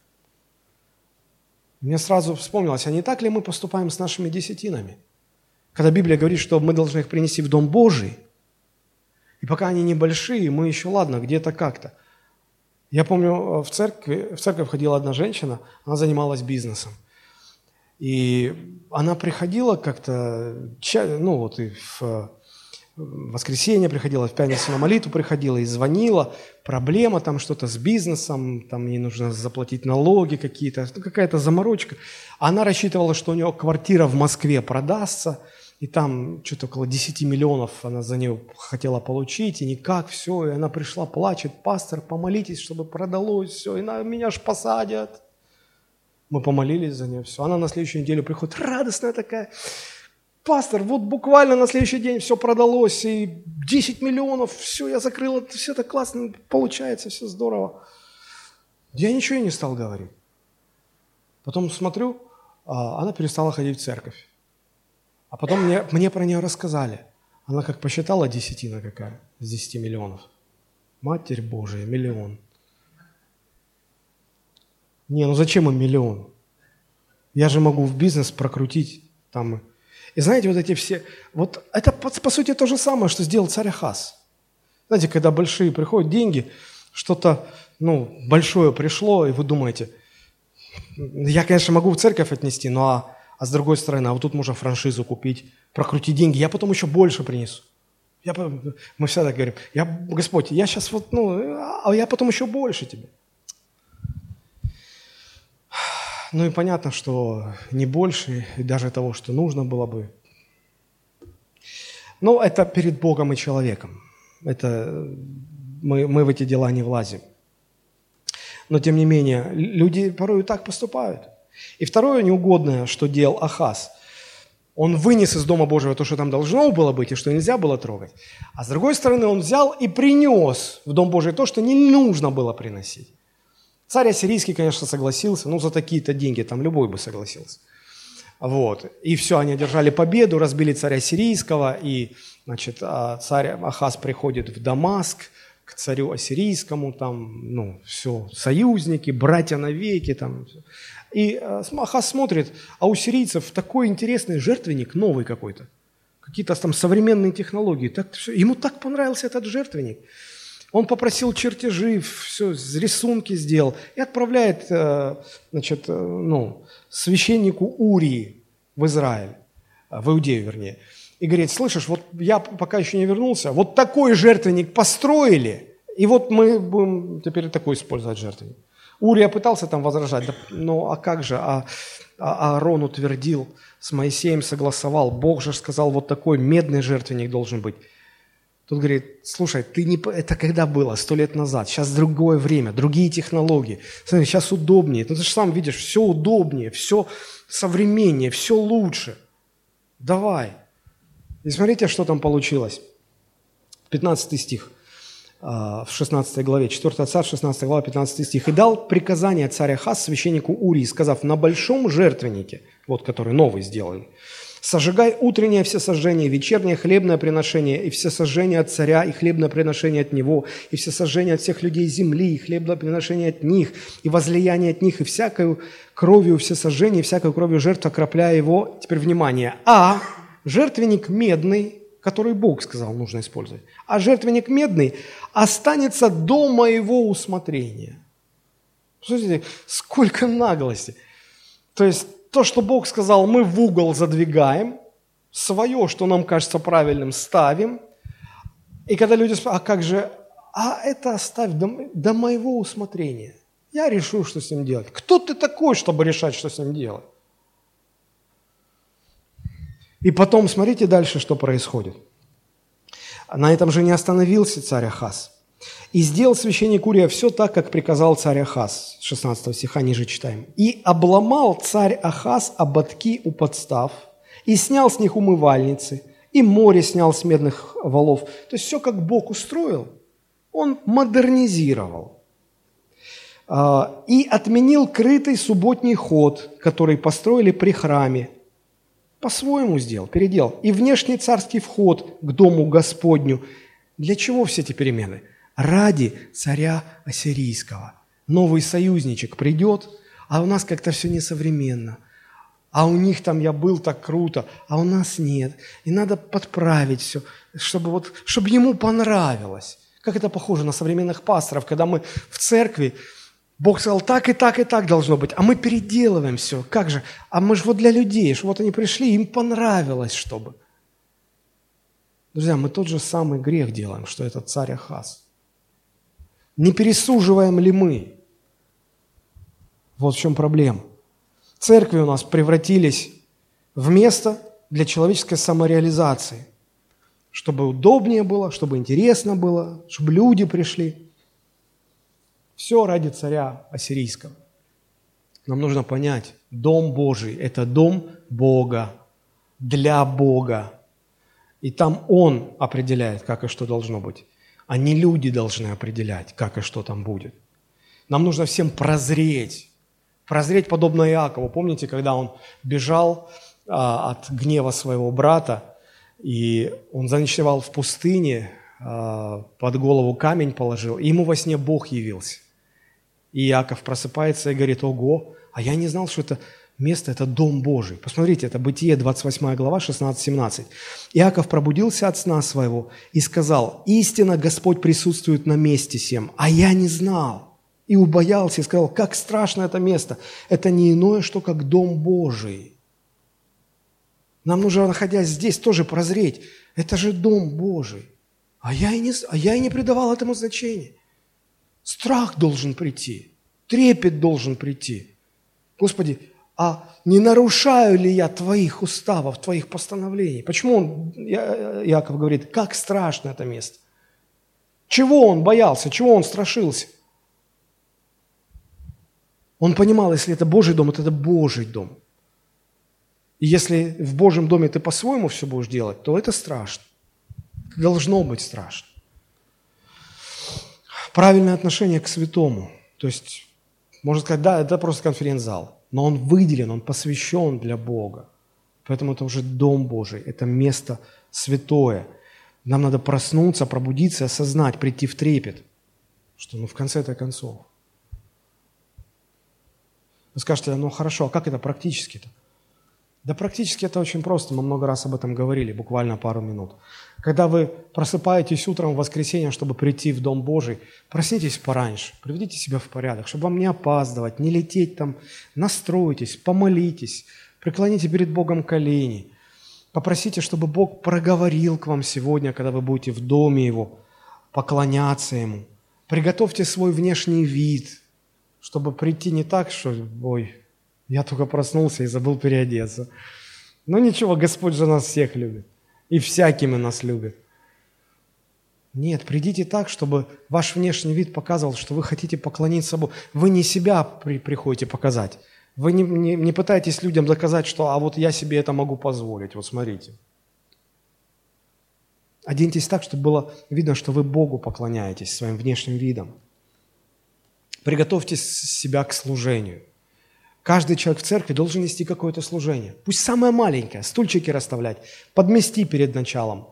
Мне сразу вспомнилось, а не так ли мы поступаем с нашими десятинами? Когда Библия говорит, что мы должны их принести в Дом Божий, и пока они небольшие, мы еще, ладно, где-то как-то. Я помню, в церковь ходила одна женщина, она занималась бизнесом. И она приходила как-то, и в воскресенье приходила, в пятницу на молитву приходила и звонила. Проблема там что-то с бизнесом, там ей нужно заплатить налоги какие-то, какая-то заморочка. Она рассчитывала, что у нее квартира в Москве продастся, и там что-то около 10 миллионов она за нее хотела получить, и никак, все, и она пришла, плачет, пастор, помолитесь, чтобы продалось все, и меня ж посадят. Мы помолились за нее, все. Она на следующую неделю приходит, радостная такая, пастор, вот буквально на следующий день все продалось, и 10 миллионов, все, я закрыла, все так классно получается, все здорово. Я ничего и не стал говорить. Потом смотрю, она перестала ходить в церковь. А потом мне про нее рассказали. Она как посчитала, десятина какая с 10 миллионов. Матерь Божия, миллион. Зачем им миллион? Я же могу в бизнес прокрутить там. И знаете, вот эти все... Вот это, по сути, то же самое, что сделал царь Ахаз. Знаете, когда большие приходят деньги, что-то, большое пришло, и вы думаете, я, конечно, могу в церковь отнести, а с другой стороны, вот тут можно франшизу купить, прокрутить деньги, я потом еще больше принесу. Мы всегда так говорим, Господь, я сейчас а я потом еще больше тебе. И понятно, что не больше, и даже того, что нужно было бы. Но это перед Богом и человеком. Это мы в эти дела не влазим. Но тем не менее, люди порой так поступают. И второе неугодное, что делал Ахаз, он вынес из Дома Божьего то, что там должно было быть, и что нельзя было трогать. А с другой стороны, он взял и принес в Дом Божий то, что не нужно было приносить. Царь ассирийский, конечно, согласился, за такие-то деньги там любой бы согласился. И все, они одержали победу, разбили царя ассирийского, и, царь Ахаз приходит в Дамаск к царю ассирийскому, там, все, союзники, братья навеки, там. И Ахаз смотрит, а у сирийцев такой интересный жертвенник, новый какой-то, какие-то там современные технологии. Ему так понравился этот жертвенник. Он попросил чертежи, все, рисунки сделал и отправляет, священнику Урии в Израиль, в Иудею, вернее. И говорит, слышишь, вот я пока еще не вернулся, вот такой жертвенник построили, и вот мы будем теперь такой использовать жертвенник. Урия пытался там возражать, а как же, Аарон утвердил, с Моисеем согласовал, Бог же сказал, вот такой медный жертвенник должен быть. Тут говорит, слушай, это когда было? 100 лет назад. Сейчас другое время, другие технологии. Смотри, сейчас удобнее. Ты же сам видишь, все удобнее, все современнее, все лучше. Давай. И смотрите, что там получилось. 15 стих в 16 главе. 4 Царств, 16 глава, 15 стих. «И дал приказание царь Ахаз священнику Урии, сказав, на большом жертвеннике, который новый сделали, сожигай утреннее всесожжение, вечернее хлебное приношение, и всесожжение от царя, и хлебное приношение от него, и всесожжение от всех людей земли, и хлебное приношение от них, и возлияние от них, и всякою кровью всесожжение, и всякою кровью жертв, окропляя его». Теперь внимание. «А жертвенник медный, который Бог сказал, нужно использовать, а жертвенник медный останется до моего усмотрения». Слушайте, сколько наглости. То есть то, что Бог сказал, мы в угол задвигаем, свое, что нам кажется правильным, ставим, И когда люди спрашивают, а как же, это оставь до моего усмотрения. Я решу, что с ним делать. Кто ты такой, чтобы решать, что с ним делать? И потом, смотрите дальше, что происходит. На этом же не остановился царь Ахаз. «И сделал священник Урия все так, как приказал царь Ахаз». 16 стиха ниже читаем. «И обломал царь Ахаз ободки у подстав, и снял с них умывальницы, и море снял с медных валов». То есть все, как Бог устроил, он модернизировал. «И отменил крытый субботний ход, который построили при храме». По-своему сделал, переделал. «И внешний царский вход к дому Господню». Для чего все эти перемены? Ради царя ассирийского. Новый союзничек придет, а у нас как-то все несовременно. А у них там я был так круто, а у нас нет. И надо подправить все, чтобы ему понравилось. Как это похоже на современных пасторов, когда мы в церкви, Бог сказал, так и так и так должно быть, а мы переделываем все. Как же? А мы же для людей, что они пришли, им понравилось, чтобы. Друзья, мы тот же самый грех делаем, что этот царь Ахаз. Не пересуживаем ли мы? Вот в чем проблема. Церкви у нас превратились в место для человеческой самореализации. Чтобы удобнее было, чтобы интересно было, чтобы люди пришли. Все ради царя ассирийского. Нам нужно понять, дом Божий – это дом Бога, для Бога. И там Он определяет, как и что должно быть. А не люди должны определять, как и что там будет. Нам нужно всем прозреть подобно Иакову. Помните, когда он бежал от гнева своего брата, и он заночевал в пустыне, под голову камень положил, и ему во сне Бог явился. И Иаков просыпается и говорит, ого, а я не знал, что это место – это Дом Божий. Посмотрите, это Бытие, 28 глава, 16-17. «Иаков пробудился от сна своего и сказал, истинно Господь присутствует на месте сем, а я не знал. И убоялся и сказал, как страшно это место. Это не иное, что как Дом Божий». Нам нужно, находясь здесь, тоже прозреть. Это же Дом Божий. А я и не придавал этому значения. Страх должен прийти, трепет должен прийти. Господи, а не нарушаю ли я Твоих уставов, Твоих постановлений? Почему Иаков говорит, как страшно это место? Чего он боялся, чего он страшился? Он понимал, если это Божий дом, это Божий дом. И если в Божьем доме ты по-своему все будешь делать, то это страшно. Это должно быть страшно. Правильное отношение к святому. То есть, можно сказать, да, это просто конференц-зал. Но он выделен, он посвящен для Бога. Поэтому это уже Дом Божий, это место святое. Нам надо проснуться, пробудиться, осознать, прийти в трепет, что в конце-то концов. Вы скажете, хорошо, а как это практически-то? Да практически это очень просто, мы много раз об этом говорили, буквально пару минут. Когда вы просыпаетесь утром в воскресенье, чтобы прийти в Дом Божий, проснитесь пораньше, приведите себя в порядок, чтобы вам не опаздывать, не лететь там, настройтесь, помолитесь, преклоните перед Богом колени, попросите, чтобы Бог проговорил к вам сегодня, когда вы будете в доме Его, поклоняться Ему. Приготовьте свой внешний вид, чтобы прийти не так, что, я только проснулся и забыл переодеться. Но ничего, Господь же нас всех любит. И всякими нас любит. Нет, придите так, чтобы ваш внешний вид показывал, что вы хотите поклониться Богу. Вы не себя приходите показать. Вы не пытаетесь людям доказать, что вот я себе это могу позволить. Вот смотрите. Оденьтесь так, чтобы было видно, что вы Богу поклоняетесь своим внешним видом. Приготовьте себя к служению. Каждый человек в церкви должен нести какое-то служение. Пусть самое маленькое, стульчики расставлять, подмести перед началом,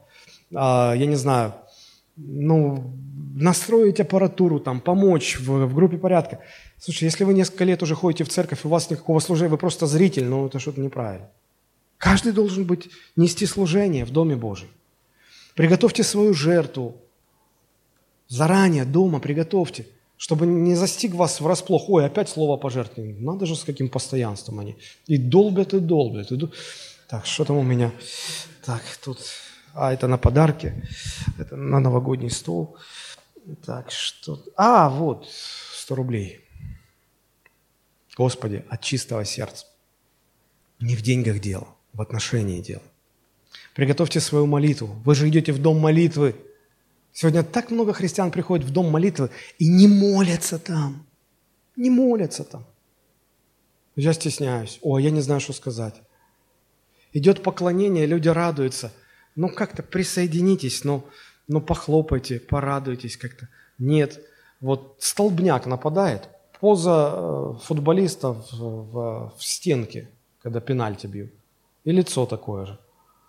настроить аппаратуру, помочь в группе порядка. Слушай, если вы несколько лет уже ходите в церковь, у вас никакого служения, вы просто зритель, это что-то неправильно. Каждый должен нести служение в Доме Божьем. Приготовьте свою жертву. Заранее, дома приготовьте. Чтобы не застиг вас врасплох, опять слово пожертвование. Надо же, с каким постоянством они. И долбят. Так, что там у меня? Так, тут это на подарки, это на новогодний стол. Так, что... вот, 100 рублей. Господи, от чистого сердца. Не в деньгах дело, в отношении дело. Приготовьте свою молитву. Вы же идете в дом молитвы. Сегодня так много христиан приходят в дом молитвы и не молятся там. Не молятся там. Я стесняюсь. Я не знаю, что сказать. Идет поклонение, люди радуются. Как-то присоединитесь, похлопайте, порадуйтесь как-то. Нет. Вот столбняк нападает. Поза футболиста в стенке, когда пенальти бьют. И лицо такое же.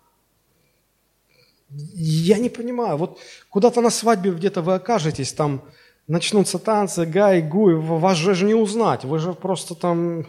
Я не понимаю. Вот куда-то на свадьбе где-то вы окажетесь, там начнутся танцы, гай-гуй, вас же не узнать. Вы же просто там...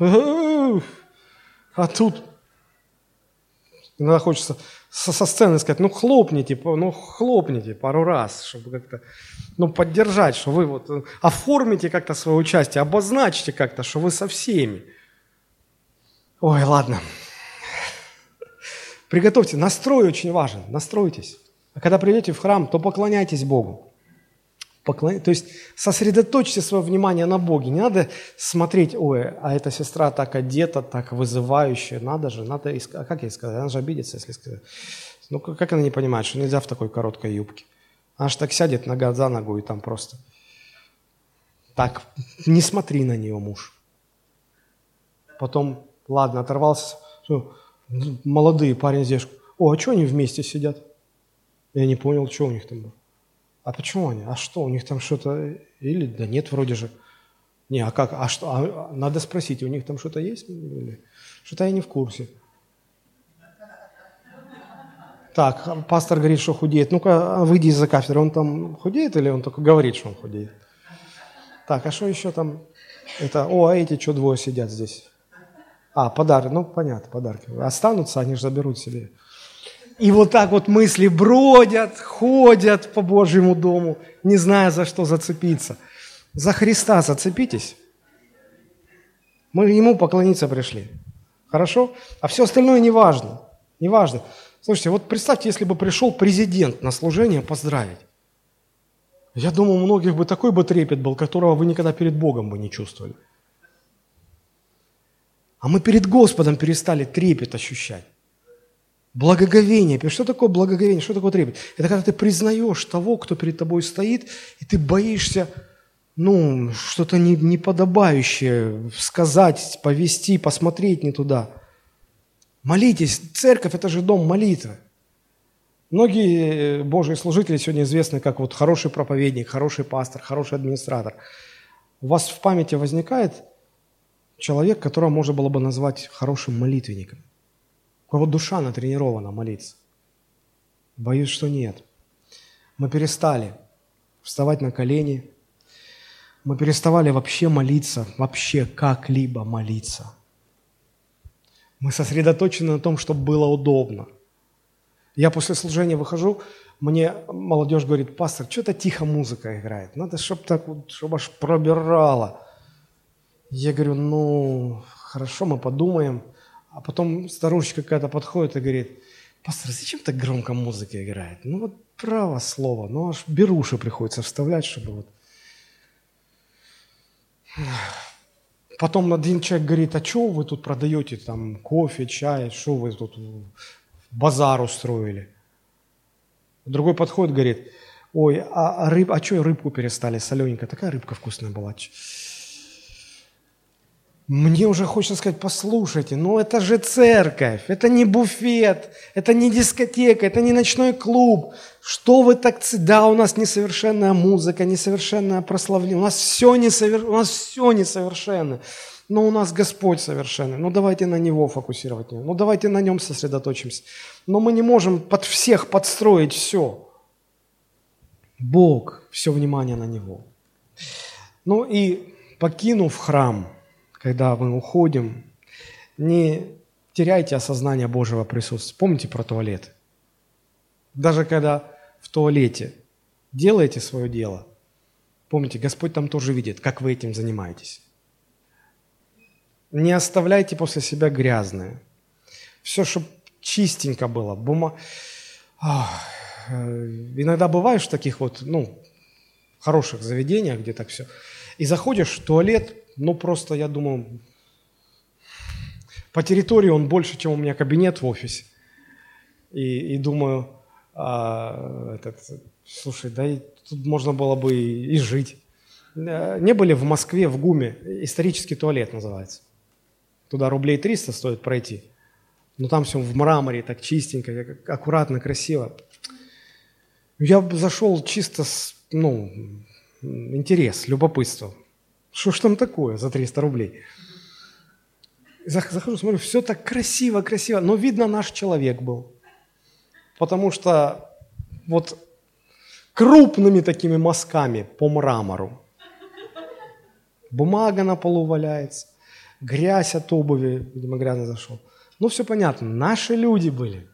А тут... Иногда хочется со сцены сказать, хлопните пару раз, чтобы как-то, поддержать, что вы оформите как-то свое участие, обозначьте как-то, что вы со всеми. Ладно. Приготовьте, настрой очень важен, настройтесь. А когда придете в храм, то поклоняйтесь Богу. То есть сосредоточьте свое внимание на Боге. Не надо смотреть, а эта сестра так одета, так вызывающая. Надо, как ей сказать? Она же обидится, если сказать. Как она не понимает, что нельзя в такой короткой юбке? Она же так сядет нога за ногу и там просто... Так, не смотри на нее, муж. Потом, ладно, оторвался. Молодые парень с девушкой. А что они вместе сидят? Я не понял, что у них там было. А почему они? А что, у них там что-то... Или да нет, вроде же. Не, а как? А что? Надо спросить, у них там что-то есть? Или... Что-то я не в курсе. Так, пастор говорит, что худеет. Ну-ка, выйди из-за кафедры. Он там худеет или он только говорит, что он худеет? Так, а что еще там? А эти что двое сидят здесь? Подарки. Понятно, подарки. Останутся, они же заберут себе. И вот так вот мысли бродят, ходят по Божьему дому, не зная, за что зацепиться. За Христа зацепитесь. Мы Ему поклониться пришли. Хорошо? А все остальное не важно. Не важно. Слушайте, вот представьте, если бы пришел президент на служение поздравить. Я думаю, у многих бы такой бы трепет был, которого вы никогда перед Богом бы не чувствовали. А мы перед Господом перестали трепет ощущать. Благоговение. Что такое благоговение? Что такое трепет? Это когда ты признаешь того, кто перед тобой стоит, и ты боишься, что-то неподобающее сказать, повести, посмотреть не туда. Молитесь. Церковь – это же дом молитвы. Многие Божьи служители сегодня известны как хороший проповедник, хороший пастор, хороший администратор. У вас в памяти возникает человек, которого можно было бы назвать хорошим молитвенником? У кого душа натренирована молиться? Боюсь, что нет. Мы перестали вставать на колени. Мы переставали вообще молиться, вообще как-либо молиться. Мы сосредоточены на том, чтобы было удобно. Я после служения выхожу, мне молодежь говорит: пастор, что-то тихо музыка играет. Надо, чтобы аж пробирало. Я говорю, хорошо, мы подумаем. А потом старушечка какая-то подходит и говорит: пастор, зачем так громко музыка играет? Право слово, аж беруши приходится вставлять, чтобы Потом один человек говорит: а что вы тут продаете, там, кофе, чай, что вы тут базар устроили? Другой подходит, говорит: а что рыбку перестали, солененькая, такая рыбка вкусная была. Мне уже хочется сказать: послушайте, это же церковь, это не буфет, это не дискотека, это не ночной клуб. Что вы так... Да, у нас несовершенная музыка, несовершенное прославление, у нас все несовершенно, но у нас Господь совершенный. Давайте на Него фокусировать, давайте на Нем сосредоточимся. Но мы не можем под всех подстроить все. Бог, все внимание на Него. И покинув храм, когда мы уходим, не теряйте осознание Божьего присутствия. Помните про туалет? Даже когда в туалете делаете свое дело, помните, Господь там тоже видит, как вы этим занимаетесь. Не оставляйте после себя грязное. Все, чтобы чистенько было. Иногда бываешь в таких вот, хороших заведениях, где так все, и заходишь в туалет, просто, я думаю, по территории он больше, чем у меня кабинет в офисе. И думаю, слушай, да и тут можно было бы и жить. Не были в Москве, в ГУМе, исторический туалет называется. Туда рублей 300 стоит пройти. Но там все в мраморе, так чистенько, аккуратно, красиво. Я зашел чисто интерес, любопытство. Что ж там такое за 300 рублей? Захожу, смотрю, все так красиво, красиво. Но видно, наш человек был. Потому что вот крупными такими мазками по мрамору. Бумага на полу валяется, грязь от обуви, видимо, грязно зашел. Все понятно, наши люди были.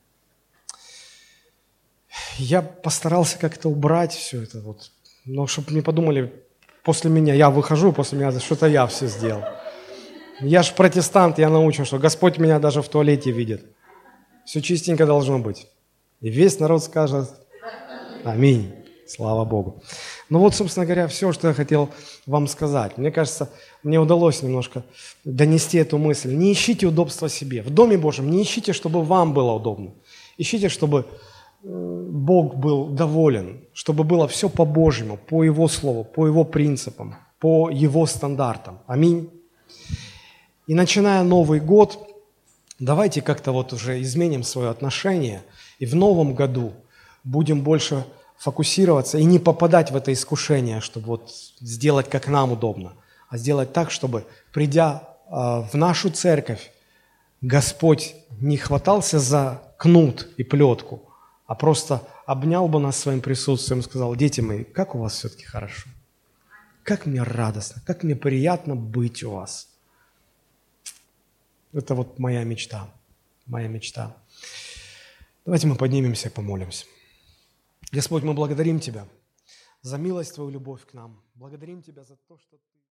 Я постарался как-то убрать все это, но чтобы не подумали, после меня, я выхожу, после меня что-то я все сделал. Я ж протестант, я научен, что Господь меня даже в туалете видит. Все чистенько должно быть. И весь народ скажет аминь, слава Богу. Собственно говоря, все, что я хотел вам сказать. Мне кажется, мне удалось немножко донести эту мысль. Не ищите удобства себе. В Доме Божьем не ищите, чтобы вам было удобно. Ищите, чтобы Бог был доволен, чтобы было все по-божьему, по Его Слову, по Его принципам, по Его стандартам. Аминь. И начиная Новый год, давайте как-то уже изменим свое отношение, и в Новом году будем больше фокусироваться и не попадать в это искушение, чтобы сделать как нам удобно, а сделать так, чтобы, придя в нашу церковь, Господь не хватался за кнут и плетку, а просто обнял бы нас своим присутствием и сказал: дети мои, как у вас все-таки хорошо, как мне радостно, как мне приятно быть у вас. Это моя мечта, моя мечта. Давайте мы поднимемся и помолимся. Господь, мы благодарим Тебя за милость Твою, любовь к нам. Благодарим Тебя за то, что Ты...